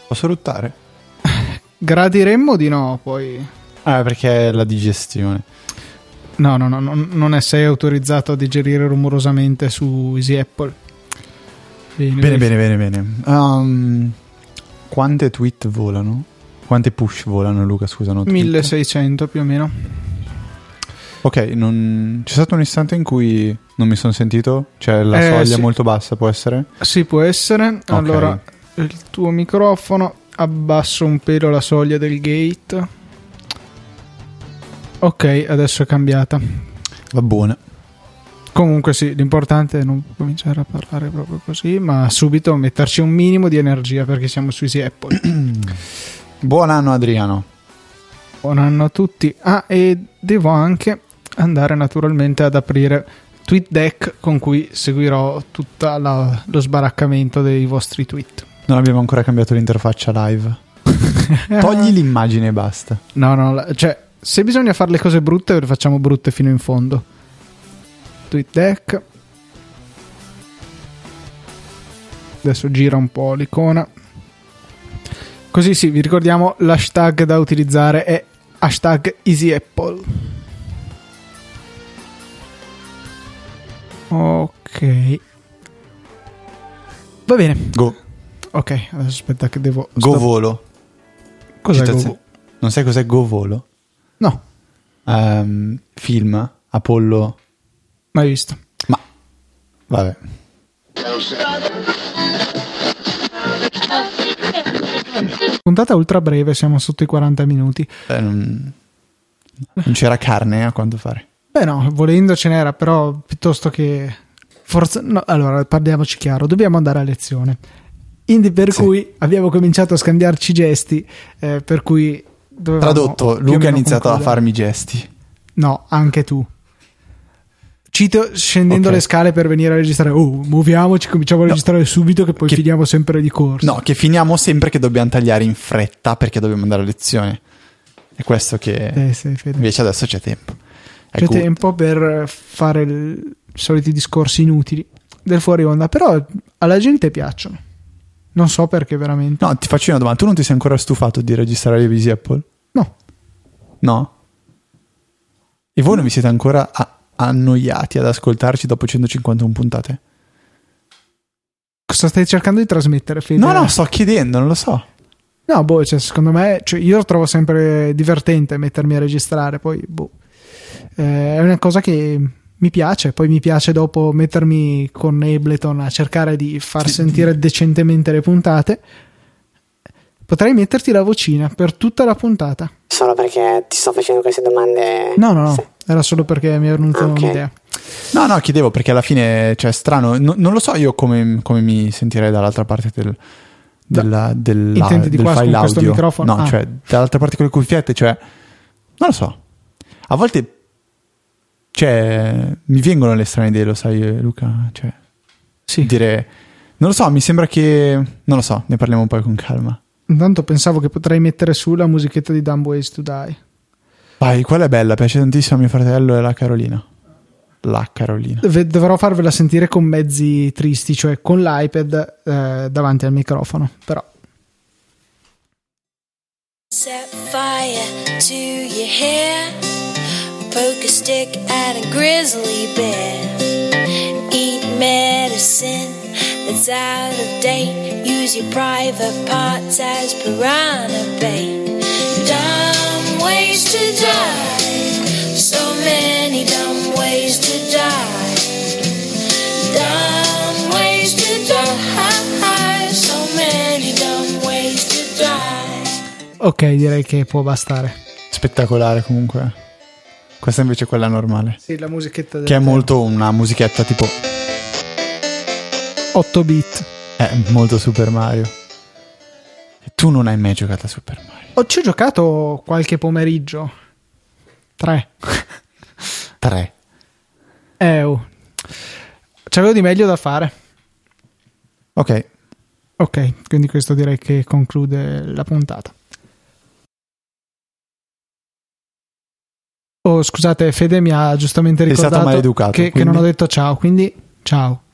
Posso ruttare? Gradiremmo di no, poi. Perché è la digestione. No, non sei autorizzato a digerire rumorosamente su Easy Apple. Bene. Quante tweet volano? Quante push volano, Luca? Scusa, no, 1600 più o meno. Ok, c'è stato un istante in cui non mi sono sentito? Cioè la soglia sì. Molto bassa, può essere? Sì, può essere. Okay. Allora, il tuo microfono, abbasso un pelo la soglia del gate. Ok, adesso è cambiata. Va buona. Comunque sì, l'importante è non cominciare a parlare proprio così, ma subito metterci un minimo di energia, perché siamo su Easy Apple. Buon anno, Adriano. Buon anno a tutti. E devo anche andare naturalmente ad aprire TweetDeck, con cui seguirò tutto lo sbaraccamento dei vostri tweet. Non abbiamo ancora cambiato l'interfaccia live. Togli l'immagine e basta. No, cioè, se bisogna fare le cose brutte, le facciamo brutte fino in fondo. TweetDeck. Adesso gira un po' l'icona. Così sì, vi ricordiamo, l'hashtag da utilizzare è hashtag EasyApple. Ok. Va bene. Go. Ok, adesso aspetta che devo... Go volo. Cos'è Go? Non sai cos'è Go volo? No. Film Apollo. Mai visto. Ma vabbè. Puntata ultra breve, siamo sotto i 40 minuti. Non c'era carne a quanto fare. Beh no, volendo ce n'era, però piuttosto che... Forza... No, allora, parliamoci chiaro, dobbiamo andare a lezione. Per cui abbiamo cominciato a scambiarci gesti, per cui... Tradotto, Luca ha iniziato a farmi gesti. No, anche tu. Cito scendendo le scale per venire a registrare. Muoviamoci, cominciamo a registrare subito, che poi finiamo sempre di corsa. No, che finiamo sempre che dobbiamo tagliare in fretta perché dobbiamo andare a lezione. È questo che... Sì, invece adesso c'è tempo. C'è tempo per fare i soliti discorsi inutili del fuori onda, però alla gente piacciono. Non so perché veramente. No, ti faccio una domanda. Tu non ti sei ancora stufato di registrare le Easy Apple? No? E voi non vi siete ancora annoiati ad ascoltarci dopo 151 puntate? Cosa stai cercando di trasmettere, Fede? No, sto chiedendo, non lo so. No, cioè, secondo me, io lo trovo sempre divertente mettermi a registrare, poi è una cosa che mi piace. Poi mi piace dopo mettermi con Ableton a cercare di far sentire decentemente le puntate. Potrei metterti la vocina per tutta la puntata. Solo perché ti sto facendo queste domande? No, sì. Era solo perché mi è venuta un'idea. No, chiedevo perché alla fine, cioè, è strano. Non lo so io come mi sentirei dall'altra parte del file audio. Microfono? No, cioè, dall'altra parte con le cuffiette, cioè, non lo so. A volte, cioè, mi vengono le strane idee, lo sai, Luca? Cioè, sì. Dire, non lo so, mi sembra che, non lo so, ne parliamo un po' con calma. Intanto pensavo che potrei mettere su la musichetta di Dumb Ways to Die. Vai, quella è bella, piace tantissimo a mio fratello e la Carolina. Dovrò farvela sentire con mezzi tristi, cioè con l'iPad davanti al microfono, però. Set fire to your hair, poke a stick at a grizzly bear, eat medicine that's out of date, use your private parts as piranha bait. Dumb ways to die, so many dumb ways to die. Dumb ways to die, so many dumb ways to die. Ok, direi che può bastare. Spettacolare comunque. Questa invece è quella normale. Sì, la musichetta che è molto una musichetta tipo 8 bit. È molto Super Mario. E tu non hai mai giocato a Super Mario? Ci ho giocato qualche pomeriggio. 3. C'avevo di meglio da fare. Ok, quindi questo direi che conclude la puntata. Scusate, Fede mi ha giustamente ricordato che non ho detto ciao, quindi ciao.